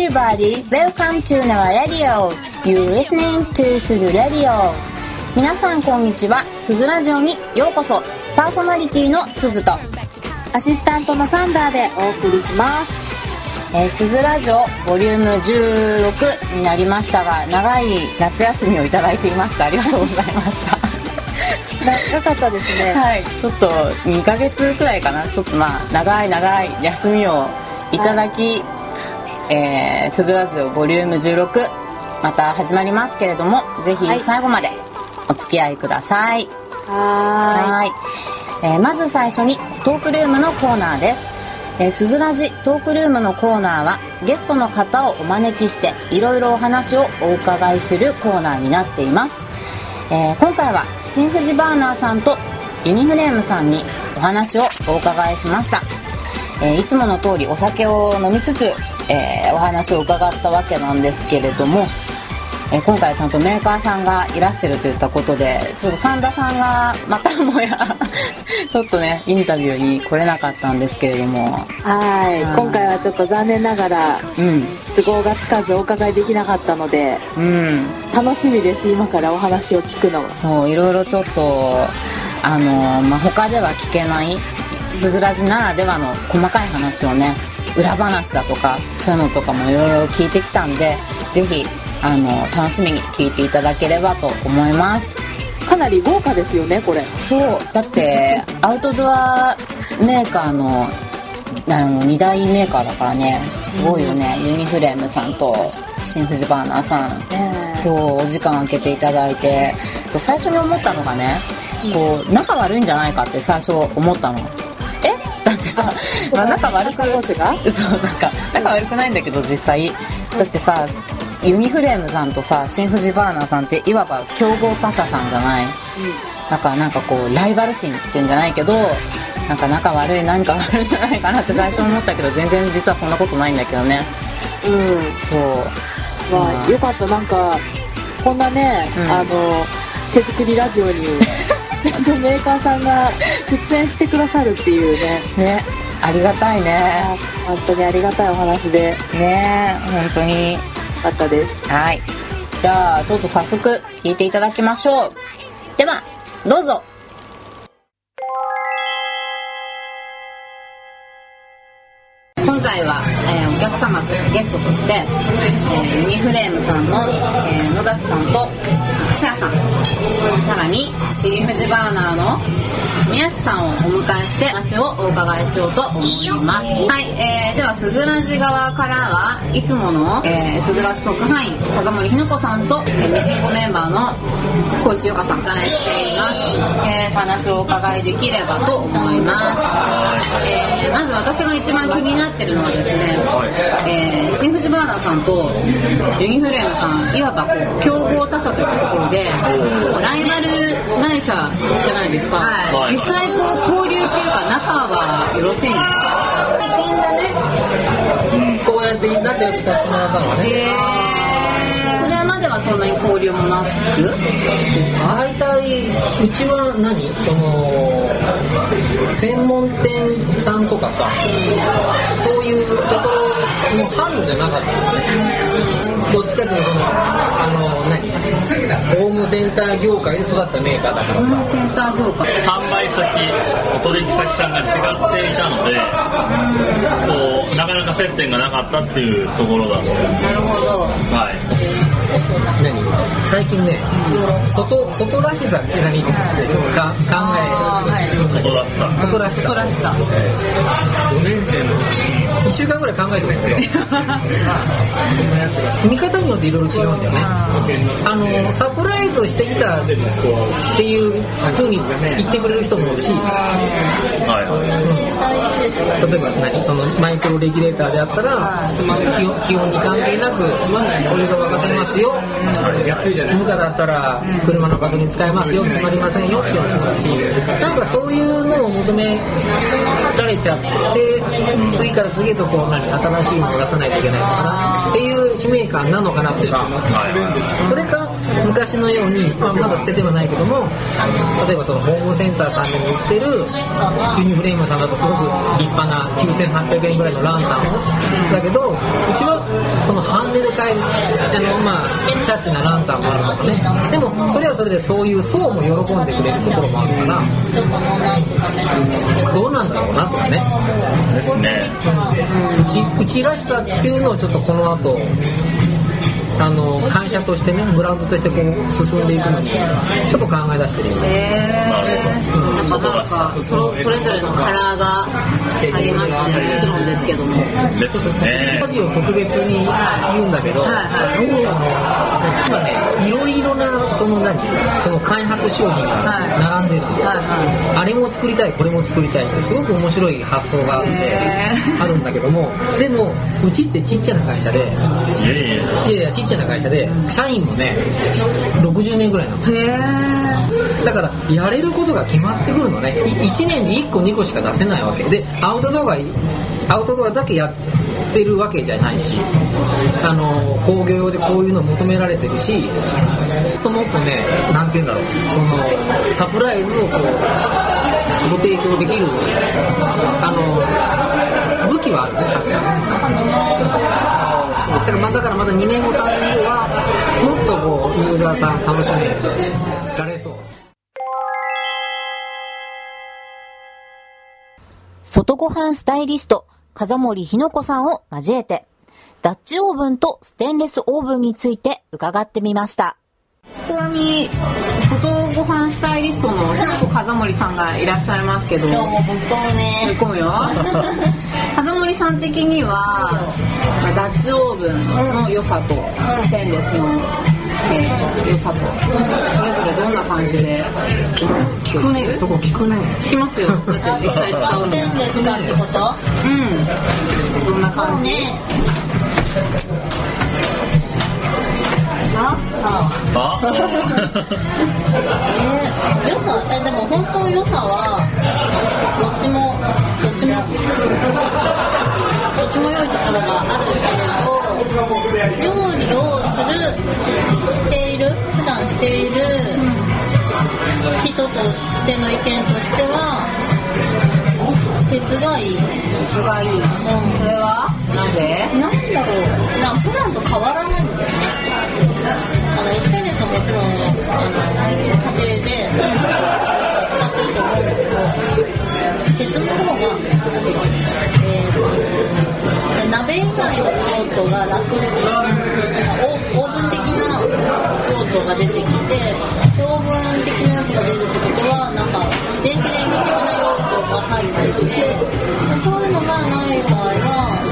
everybody, welcome to our radio. You're listening to Suzu Radio. 皆さんこんにちは、スズラジオにようこそ。パーソナリティのスズとアシスタントのサンダーでお送りします。 スズラジオボリューム16になりましたが、長い夏休みをいただいていました。ありがとうございました長かったですね。 はい、ちょっと2ヶ月くらいかな、ちょっと長い休みをいただき、スズラジオボリューム16また始まりますけれども、ぜひ最後までお付き合いください。はい、まず最初にトークルームのコーナーです。スズラジトークルームのコーナーはゲストの方をお招きしていろいろお話をお伺いするコーナーになっています。今回は新富士バーナーさんとユニフレームさんにお話をお伺いしました。いつもの通りお酒を飲みつつ、お話を伺ったわけなんですけれども、今回はちゃんとメーカーさんがいらっしゃるといったことで、ちょっと三田さんがまたもやちょっとねインタビューに来れなかったんですけれども、 今回はちょっと残念ながら、都合がつかずお伺いできなかったので、楽しみです。今からお話を聞くの。 そう、いろいろちょっと他では聞けないスズラジならではの細かい話をね、裏話だとかそういうのとかもいろいろ聞いてきたんで、ぜひ楽しみに聞いていただければと思います。 かなり豪華ですよねこれ。 そうだってアウトドアメーカーの2大メーカーだからね、すごいよね。ユニフレームさんと新富士バーナーさん、そうお時間空けていただいて、そう最初に思ったのがね、こう仲悪いんじゃないかって最初思ったの。だってさ、仲悪く仲悪くないんだけど、実際だってさ、ユニフレームさんとさ新富士バーナーさんっていわば競合他社さんじゃない、だからなんかこうライバル心っていうんじゃないけど、なんか仲悪い何かがあるんじゃないかなって最初思ったけど、全然実はそんなことないんだけどね。 そうよかった。なんかこんなね、手作りラジオにちゃんとメーカーさんが出演してくださるっていうねありがたいね。 本当にありがたいお話でね、本当によかったです。 はい、じゃあちょっと早速聞いていただきましょう。ではどうぞ。今回は、お客様とゲストとして、ユニフレームさんの、野崎さんと草谷さん、さらに新富士バーナーの宮地さんをお迎えして話をお伺いしようと思います。はい、ではスズラジ側からはいつもの、スズラジ特派員風森ひの子さんと、ミジンコメンバーの小石由香さんをお迎えしています。話をお伺いできればと思います。まず私が一番気になってるのはですね、新富士バーナーさんとユニフレームさん、いわばこう競合他社といったところで、ライバル会社じゃないですか。実際こう交流っていうか仲はよろしいんですか？ みんなね、こうやって仲良くさせてもらったのはね。 それまではそんなに交流もなくですか？ 大体うちは専門店さんとかさ、そういうところの販路じゃなかったのね。どっちかというとホームセンター業界で育ったメーカーだからさ。ホームセンター業界、 販売先、お取引先さんが違っていたので、こうなかなか接点がなかったっていうところだと思います。 なるほど。 はい。 最近ね、外らしさって何ってちょっと考える。 外らしさ。 4年生の1週間ぐらい考えてもいいんだけど見方によっていろいろ違うんだよね。サプライズをしてきたっていう風に言ってくれる人もいるし、例えばそのマイクロレギュレーターであったら、気温に関係なくお湯が沸かせますよ、無価だったら車のガソリン使えますよ、詰まりませんよっていうのもだし、なんかそういうのを求められちゃって、次から次へとこう新しいものを出さないといけないのかなっていう使命感なのかなとか、それか昔のように、まだ捨ててはないけども、例えばそのホームセンターさんでも売ってるユニフレームさんだとすごく立派な9800円ぐらいのランタンだけど、うちはその半値で買えるチャッチなランタンもあるとかね。でもそれはそれでそういう層も喜んでくれるところもあるから、どうなんだろうなとかね。 ですね。 うちらしさっていうのをちょっとこの後会社としてね、ブランドとしてこう進んでいくのにちょっと考え出してるよね。 やっぱなんかそれぞれのカラーがありますね。もちろんですけども。 ですね。 ラジオ特別に言うんだけど、今ね、いろいろなその開発商品が並んでるんで、あれも作りたいこれも作りたいってすごく面白い発想があってあるんだけども、でもうちってちっちゃな会社で、いやちっちゃな会社で社員もね60名ぐらいなの。だからやれることが決まってくるのね。1年に1個2個しか出せないわけで、アウトドアだけやってるわけじゃないし、工業用でこういうの求められてるし、もっともっとね、なんて言うんだろう、そのサプライズをこうご提供できる武器はあるね、たくさん。だからまだ2年後3年後はもっとこうユーザーさん楽しめられそう。 外ご飯スタイリスト風森ひの子さんを交えてダッチオーブンとステンレスオーブンについて伺ってみました。 ここに外ご飯スタイリストのひのこ風森さんがいらっしゃいますけど、 今日もぶっ込むね。 ぶっ込むよ。風森さん的にはダッチオーブンの良さとステンレスの良さとそれぞれどんな感じで聞くね、そこ聞くね。 聞きますよ。だって実際使うの。 ステンレスかってこと？ どんな感じ？ 良さ、でも本当良さはどっちも良いところがあるけれど、料理を普段している人としての意見としては鉄がいい。 鉄がいい。それはなぜ？ なんだろう。普段と変わらないんだよね。ステンレスはもちろん家庭で使ってると思うんだけど、鉄の方が鍋以外の用途が楽、オーブン的な用途が出てきて、オーブン的なやつが出るってことは電子レンジ的な用途が入ってて、そういうのがない場合は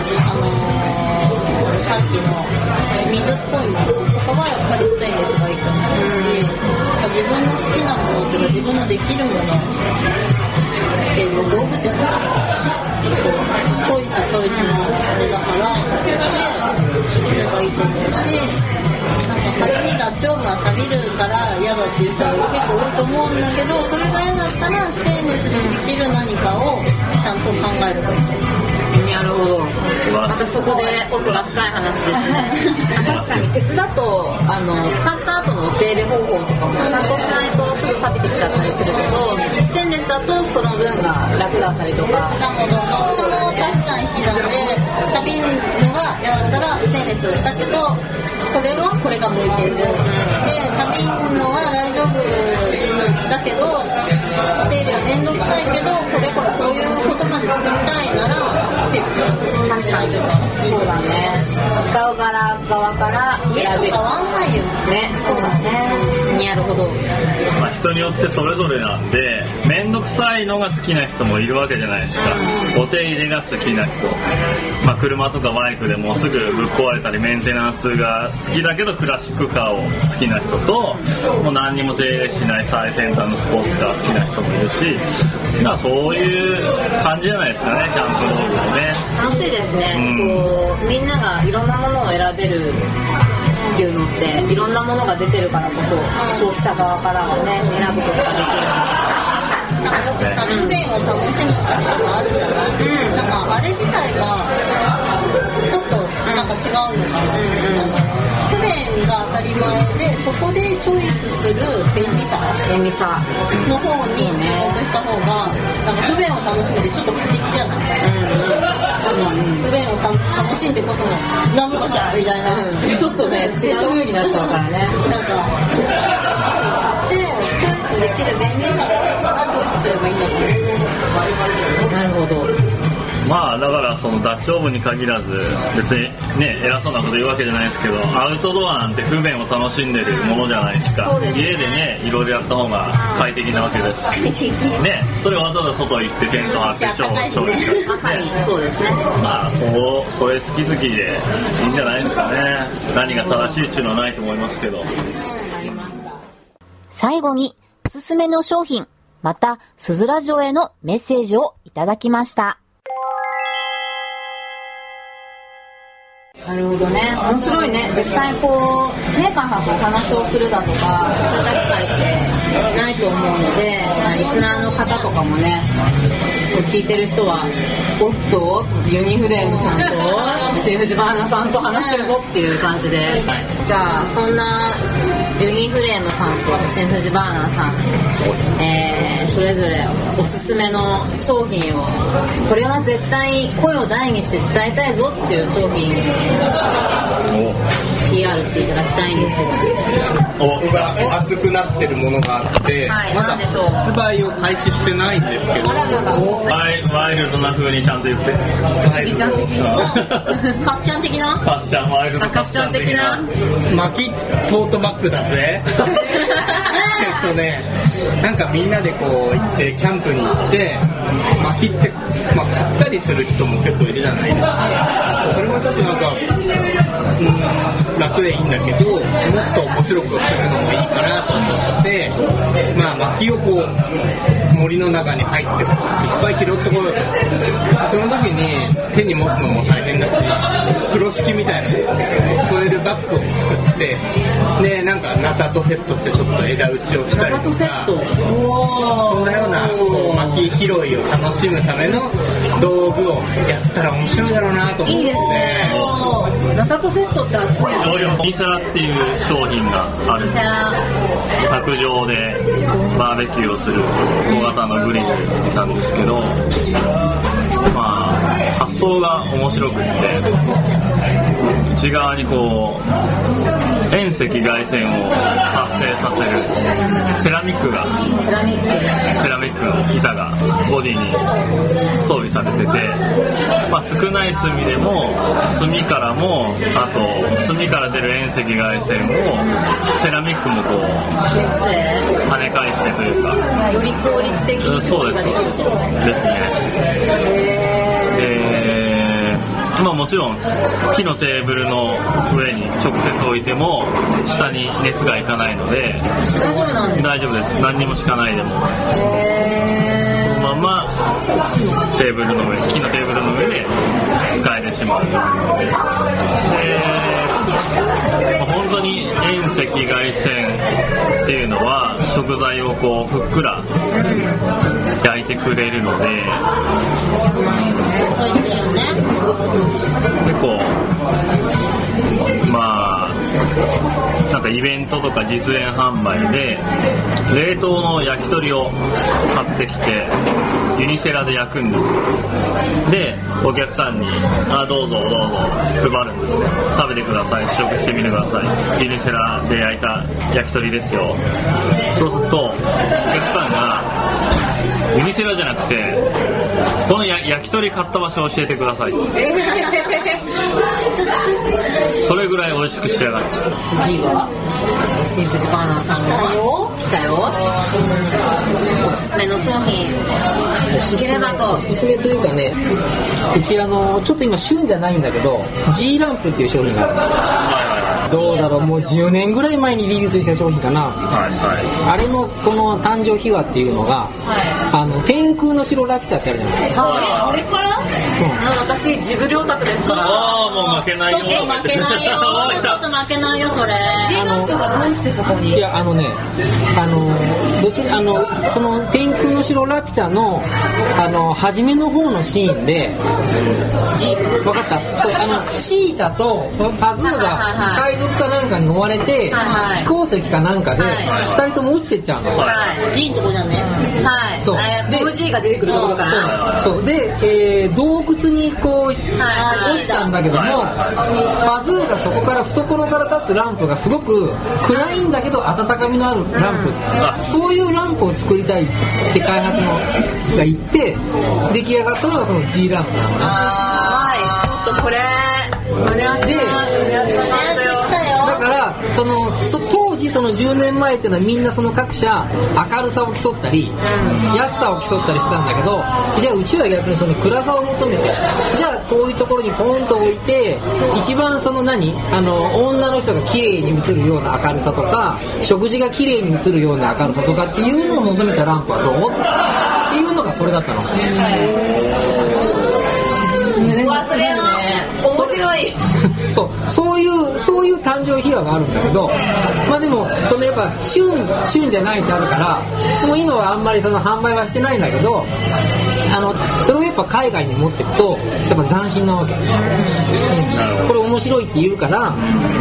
さっきの水っぽいものとかはやっぱりステンレスがいいと思うし、自分の好きなものとか自分のできるものっていう道具ってさ、チョイスのあれだからでそれがいいと思うし、先にダッチオーブンは錆びるから嫌だっていう人が結構多いと思うんだけど、それが嫌だったらステンレスでできる何かをちゃんと考えればいいと思う。 なるほど。またそこで奥が深い話ですね。確かに鉄だと使った後のお手入れ方法とかもちゃんとしないとすぐ錆びてきちゃったりするけど、ステンレスだとその分が楽だったりとか。 なるほど。その確かに比較で錆びるのが嫌だったらステンレスだけど、それはこれが向いてる。で錆びるのは大丈夫だけど、お手入れは面倒くさいけど、これこういうことまで作りたいなら鉄。 確かにそうだね。使う側から選べる。 変わんないよね。そうだね。なるほど。 人によってそれぞれなんで、面倒くさいのが好きな人もいるわけじゃないですか。お手入れが好きな人、車とかバイクでもすぐぶっ壊れたりメンテナンスが好きだけどクラシックカーを好きな人と、もう何にも手入れしない最先端のスポーツカー好きな人もいるし、そういう感じじゃないですかね、キャンプ道具もね。 楽しいですね。こうみんながいろんなものを選べるっていうのっていろんなものが出てるからこそ消費者側からはね選ぶことができる。 だってさ、不便を楽しむっていうのがあるじゃない。あれ自体がちょっと違うのかな。不便が当たたり前で、そこでチョイスする便利さの方に注目した方がなんか不便を楽しむでちょっと不敵じゃない、不便を楽しんでこそなんとかじゃみたいな、 ちょっとね違う風になっちゃうからね。 なんかでチョイスできる便利さがあるからチョイスすればいいんだと思う。 なるほど。 まあだからそのダッチオーブンに限らず別にね偉そうなこと言うわけじゃないですけど、アウトドアなんて不便を楽しんでるものじゃないですか。 そうですね、 家でねいろいろやった方が快適なわけですしね、それをわざわざ外行ってテント張って調理してまさにそうですね。 まあそれ好き好きでいいんじゃないですかね。何が正しいっていうのはないと思いますけど。 最後におすすめの商品、またすずラジオへのメッセージをいただきました。 なるほどね、面白いね。実際こうメーカーさんとお話をするだとかそういった機会ってないと思うので、まあ、リスナーの方とかもね聞いてる人はおっとユニフレームさんとシン・フジバーナさんと話してるぞっていう感じで、じゃあそんなユニフレームさんとシン・フジバーナさん、それぞれおすすめの商品を、これは絶対声を大にして伝えたいぞっていう商品を PR していただきたいんですけど、 僕が熱くなってるものがあって、 はい、 まだ何でしょう。 発売を開始してないんですけど、 ワイルドな風にちゃんと言って。 スギちゃん的なカッシャン的なファッションワイルドカッション的な巻きトートバッグだぜなんかみんなでこう行ってキャンプに行って巻きって、まあ、買ったりする人も結構いるじゃないですか。それもちょっとなんか楽でいいんだけど、もっと面白くするのもいいかなと思って、まあ薪をこう森の中に入っていっぱい拾ってこようと。その時に手に持つのも大変だし、風呂敷みたいな添えるバッグを作って、でなんかナタとセットしてちょっと枝打ちをしたりとか、そんなような薪拾いを楽しむための道具をやったら面白いだろうなと思って。 いいですね。ナタとセットって熱いよね。 ミセラっていう商品があるんです。卓上でバーベキューをする小型のグリルなんですけど、まあ発想が面白くって、内側にこう遠赤外線を発生させるセラミックの板がボディに装備されてて、まあ、少ない炭でも炭からも、あと炭から出る遠赤外線をセラミックもこう跳ね返してというか、 より効率的にそうですね。まあ、もちろん木のテーブルの上に直接置いても下に熱がいかないので大丈夫なんですか？ 大丈夫です。何にも敷かないでもそのまま木のテーブルの上で使えてしまう。本当に遠赤外線っていうのは食材をこうふっくら焼いてくれるので、 美味しいよね。 結構まあなんかイベントとか実演販売で冷凍の焼き鳥を買ってきてユニセラで焼くんですよ。でお客さんにどうぞ配るんですね。食べてください、試食してみてください、ユニセラで焼いた焼き鳥ですよ。そうするとお客さんがユニセラじゃなくてこの焼き鳥買った場所を教えてくださいそれぐらい美味しく仕上がるんです。 次はシン・フジバーナーさんの来たよ、おすすめの商品いければと。 おすすめというかね、うちちょっと今旬じゃないんだけど G ランプっていう商品がある。どうだろう、もう10年ぐらい前にリリースした商品かな、あれのこの誕生秘話っていうのが、天空の城ラピュタってあるじゃないですか。 あれから？ 私私ジブリオタクですから。 ああ、もう負けないよ。 ちょっと負けないよ。ちょっと負けないよ、それ。 ジーマックがどうしてそこに。 いや、どちら、その天空の城ラピュタの初めの方のシーンで、分かった。そう、シータとパズーが海賊かなんかに追われて、飛行石かなんかで2人とも落ちてっちゃうの。 ジーンとこじゃね。 はい。 そう。 で、MG が出てくるところから。 そう。で、洞窟にこう落ちたんだけども、パズーがそこから懐から出すランプがすごく暗いんだけど温かみのあるランプ、そういうランプを作りたいって開発のが言って出来上がったのがその G ランプなのね。 はい。ちょっとこれ胸熱で、 だから当時その10年前っていうのはみんなその各社明るさを競ったり、安さを競ったりしてたんだけど、じゃあうちは逆にその暗さを求めて、じゃあこういうところにポンと置いて一番その女の人が綺麗に映るような明るさとか、食事が綺麗に映るような明るさとかっていうのを求めたランプはどうっていうのがそれだったの。 忘れるね。面白い。 そういう誕生秘話があるんだけど、まあでもそのやっぱ旬じゃないってあるから、でも今はあんまりその販売はしてないんだけど、それをやっぱ海外に持っていくとやっぱ斬新なわけ。これ面白いって言うから、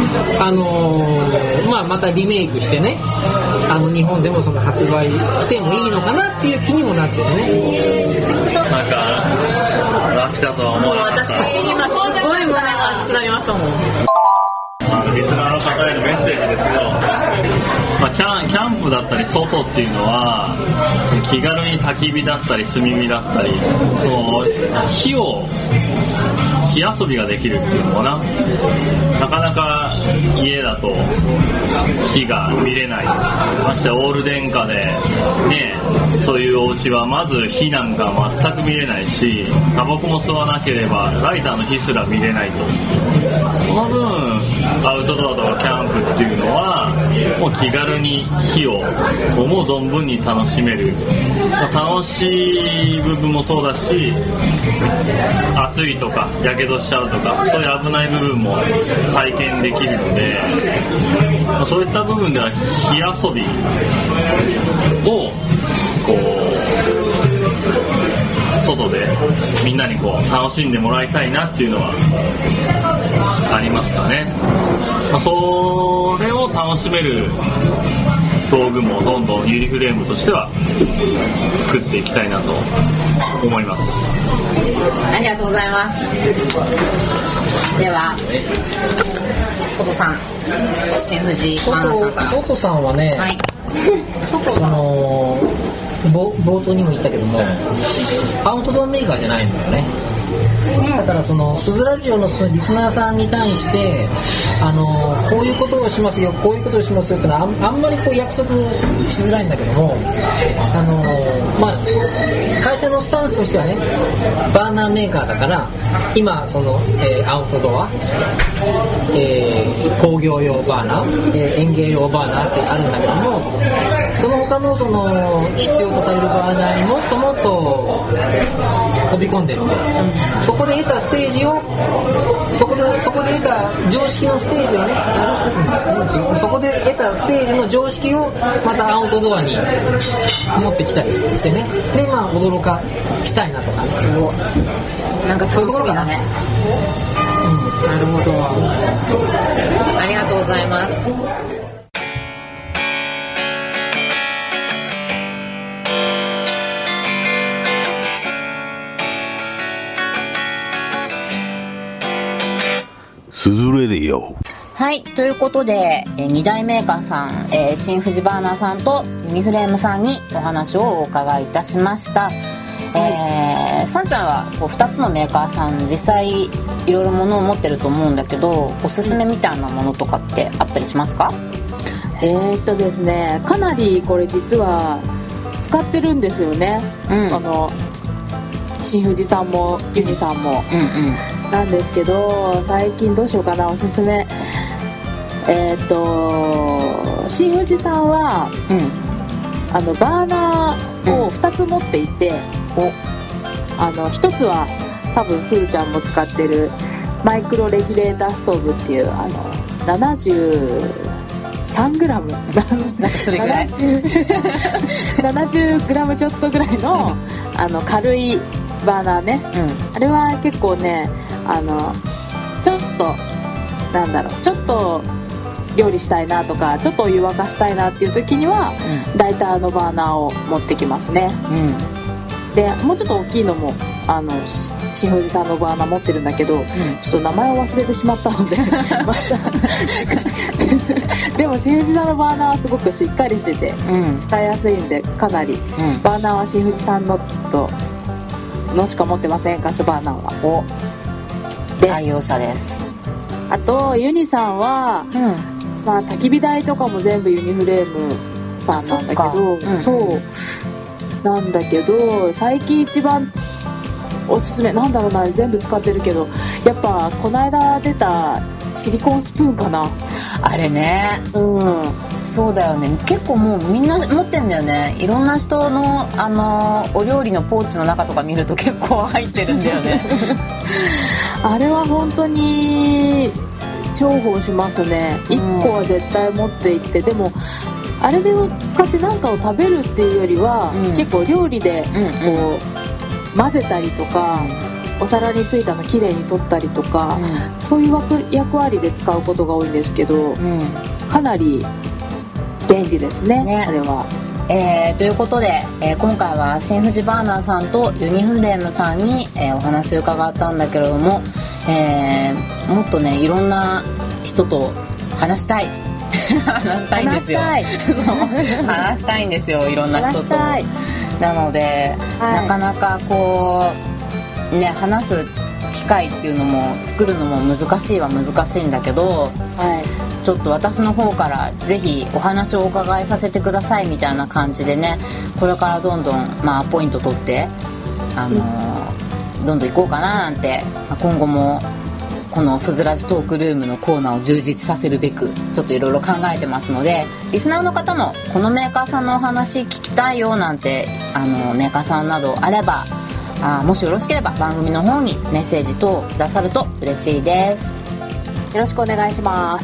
またリメイクしてね、日本でもその発売してもいいのかなっていう気にもなってるね。 なんかラピュタとは思わなかった。 私今すごい胸が熱くなりましたもん。 リスナーの方へのメッセージですけど、キャンプだったり外っていうのは気軽に焚き火だったり炭火だったり、火遊びができるっていうのかな。なかなか家だと火が見れない。ましてオール電化でね、そういうお家はまず火なんか全く見れないし、タバコも吸わなければライターの火すら見れないと。その分アウトドアとかキャンプっていうのはもう気軽に火を思う存分に楽しめる。楽しい部分もそうだし、暑いとかやけどしちゃうとかそういう危ない部分も体験できるので、そういった部分では火遊びをこう外でみんなにこう楽しんでもらいたいなっていうのはありますかね。それを楽しめる道具もどんどんユニフレームとしては作っていきたいなと思います。 ありがとうございます。では外さん、新富士マナさんから。 外さんはね、 はい、 冒頭にも言ったけども、アウトドアメーカーじゃないんだよね。だからそのスズラジオのリスナーさんに対してこういうことをしますよ、こういうことをしますよってのはあんまりこう約束しづらいんだけども、会社のスタンスとしてはね、バーナーメーカーだから今その、アウトドア、工業用バーナー、園芸用バーナーってあるんだけども、その他のその必要とされるバーナーにもっともっと飛び込んでいって、そこで得たステージをそこで得た常識のステージをね、そこで得たステージの常識をまたアウトドアに持ってきたりしてね、で驚かしたいなとかね、 なんか楽しみだね。なるほど、ありがとうございます。 スズレディオ。はい、ということで2大メーカーさん、新富士バーナーさんとユニフレームさんにお話をお伺いいたしました。さんちゃんはこう2つのメーカーさん実際いろいろ物を持ってると思うんだけど、おすすめみたいなものとかってあったりしますか？ ですね、かなりこれ実は使ってるんですよね、新富士さんもユニさんも、なんですけど、最近どうしようかな、おすすめ。新富士さんは、バーナーを2つ持っていて、1つは多分すーちゃんも使ってるマイクロレギュレーターストーブっていう73g なんかそれぐらい 70g ちょっとぐらいの軽いバーナーね、あれは結構ねちょっとちょっと料理したいなとか、ちょっとお湯沸かしたいなっていう時には、大体バーナーを持ってきますね、でもうちょっと大きいのも新富士さんのバーナー持ってるんだけど、ちょっと名前を忘れてしまったのでまたでも新富士さんのバーナーはすごくしっかりしてて、使いやすいんで、かなり、バーナーは新富士さんのしか持ってません。ガスバーナーは愛用者です。 あとユニさんは、焚き火台とかも全部ユニフレームさんなんだけど、そうなんだけど、最近一番おすすめ全部使ってるけど、やっぱこの間出たシリコンスプーンかな。 あれね、そうだよね。結構もうみんな持ってんだよね。いろんな人のお料理のポーチの中とか見ると結構入ってるんだよねあれは本当に重宝しますね。1個は絶対持っていって、でもあれで使って何かを食べるっていうよりは、結構料理でこう混ぜたりとか、お皿についたのきれいに取ったりとか、そういう役割で使うことが多いんですけど、かなり便利ですね、あれは。 ということで、今回は新富士バーナーさんとユニフレームさんに、お話を伺ったんだけれども、もっとね、いろんな人と話したい話したいんですよ話したいんですよ、いろんな人と。なので、なかなかこうね、話す機会っていうのも作るのも難しいは難しいんだけど、ちょっと私の方からぜひお話をお伺いさせてくださいみたいな感じでね、これからどんどんアポイント取ってどんどん行こうかななんて、今後もこのすずらじトークルームのコーナーを充実させるべくちょっといろいろ考えてますので、リスナーの方もこのメーカーさんのお話聞きたいよなんてメーカーさんなどあれば、もしよろしければ番組の方にメッセージ等くださると嬉しいです。 よろしくお願いします。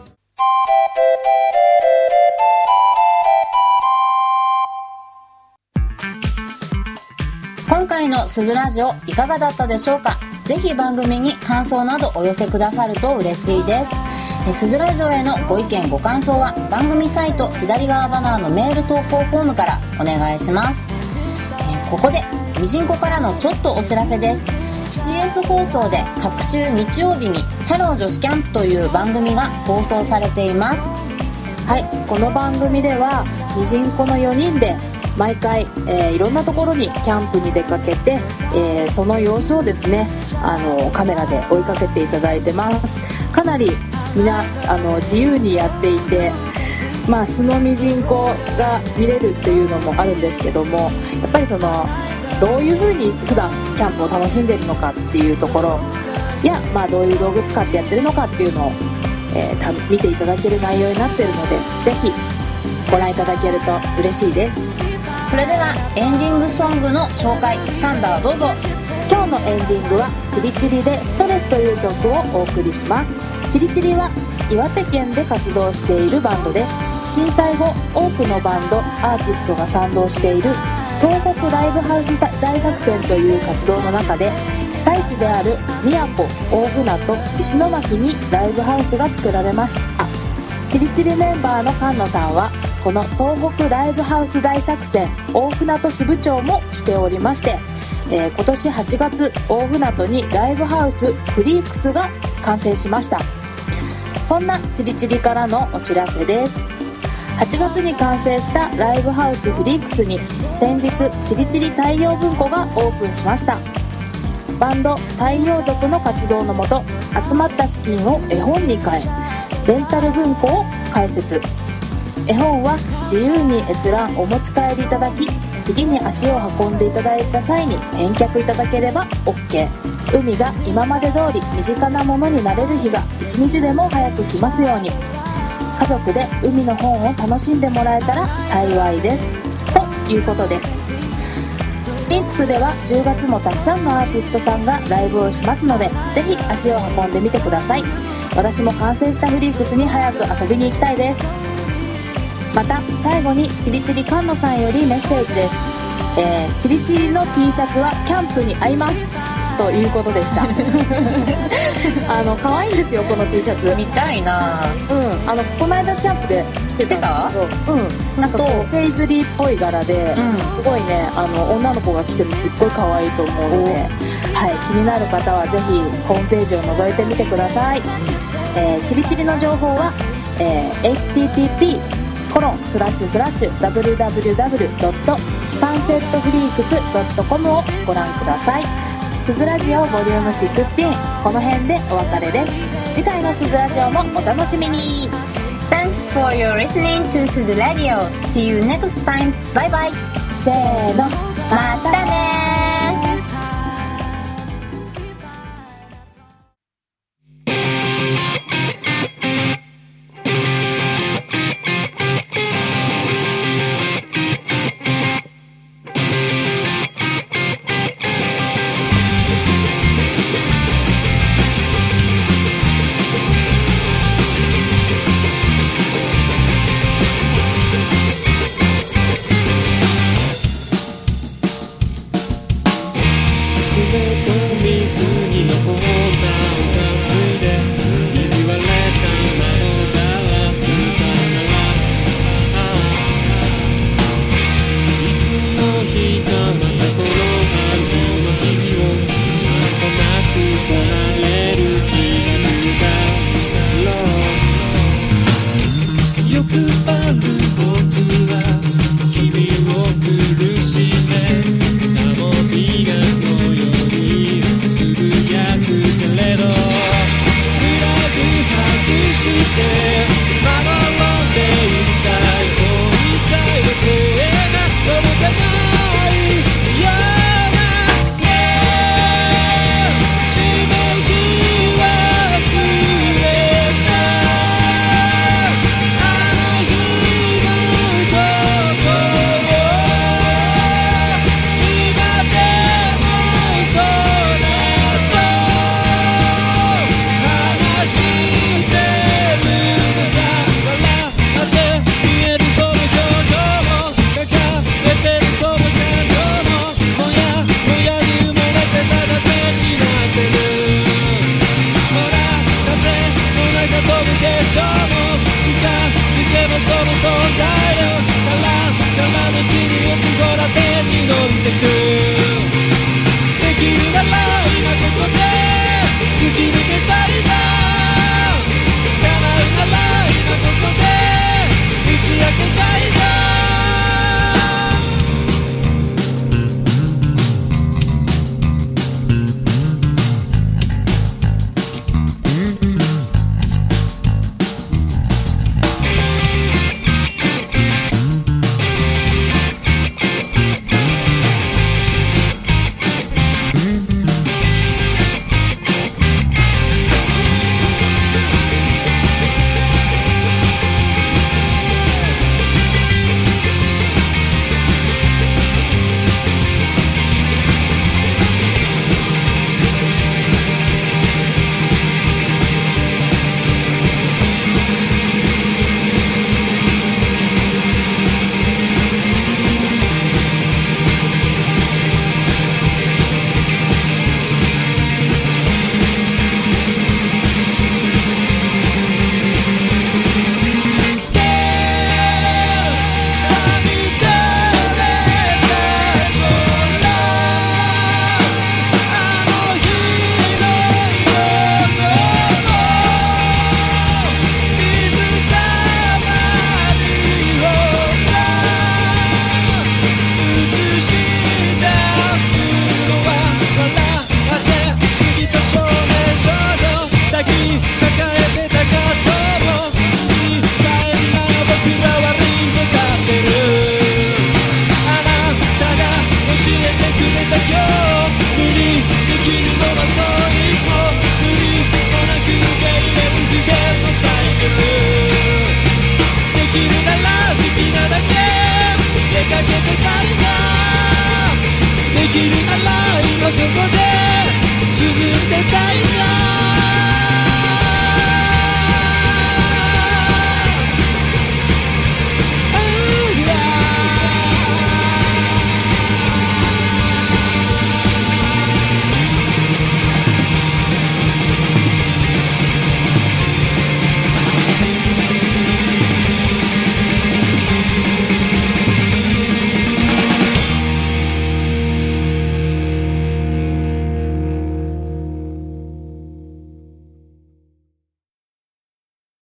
今回のすずラジオいかがだったでしょうか。ぜひ番組に感想などお寄せくださると嬉しいです。すずラジオへのご意見ご感想は番組サイト左側バナーのメール投稿フォームからお願いします。ここでみじんこからのちょっとお知らせです。 CS 放送で各週日曜日にハロー女子キャンプという番組が放送されています。 はい、この番組ではみじんこの4人で毎回、いろんなところにキャンプに出かけて、その様子をですねカメラで追いかけていただいてます。かなりみんな自由にやっていて、素のみじんこが見れるっていうのもあるんですけども、やっぱりどういう風に普段キャンプを楽しんでるのかっていうところや、どういう道具使ってやってるのかっていうのを、見ていただける内容になっているので、ぜひご覧いただけると嬉しいです。 それではエンディングソングの紹介、サンダーどうぞ。 今日のエンディングはチリチリでストレスという曲をお送りします。チリチリは岩手県で活動しているバンドです。震災後多くのバンドアーティストが賛同している東北ライブハウス大作戦という活動の中で、被災地である宮古、大船渡、石巻にライブハウスが作られました。チリチリメンバーの菅野さんはこの東北ライブハウス大作戦大船渡支部長もしておりまして、今年8月大船渡にライブハウスフリークスが完成しました。そんなチリチリからのお知らせです。8月に完成したライブハウスフリークスに先日チリチリ太陽文庫がオープンしました。バンド太陽族の活動のもと集まった資金を絵本に変え、レンタル文庫を開設。絵本は自由に閲覧お持ち帰りいただき、次に足を運んでいただいた際に返却いただければ OK。 海が今まで通り身近なものになれる日が一日でも早く来ますように。家族で海の本を楽しんでもらえたら幸いです、ということです。 フリークスでは10月もたくさんのアーティストさんがライブをしますので、ぜひ足を運んでみてください。私も完成したフリークスに早く遊びに行きたいです。また最後にチリチリ菅野さんよりメッセージです。チリチリの T シャツはキャンプに合いますということでした可愛いんですよこの T シャツ。 見たいな。 この間キャンプで着てたんだけど、なんかこうペイズリーっぽい柄で、すごいね女の子が着てもすっごい可愛いと思うので、はい、気になる方はぜひホームページを覗いてみてください。チリチリの情報は、http://www.sunsetfreaks.com をご覧ください。すずラジオボリューム16、この辺でお別れです。次回のすずラジオもお楽しみに。 Thanks for your listening to すずラジオ。 See you next time. Bye bye. せーの、 またね。 でたいよ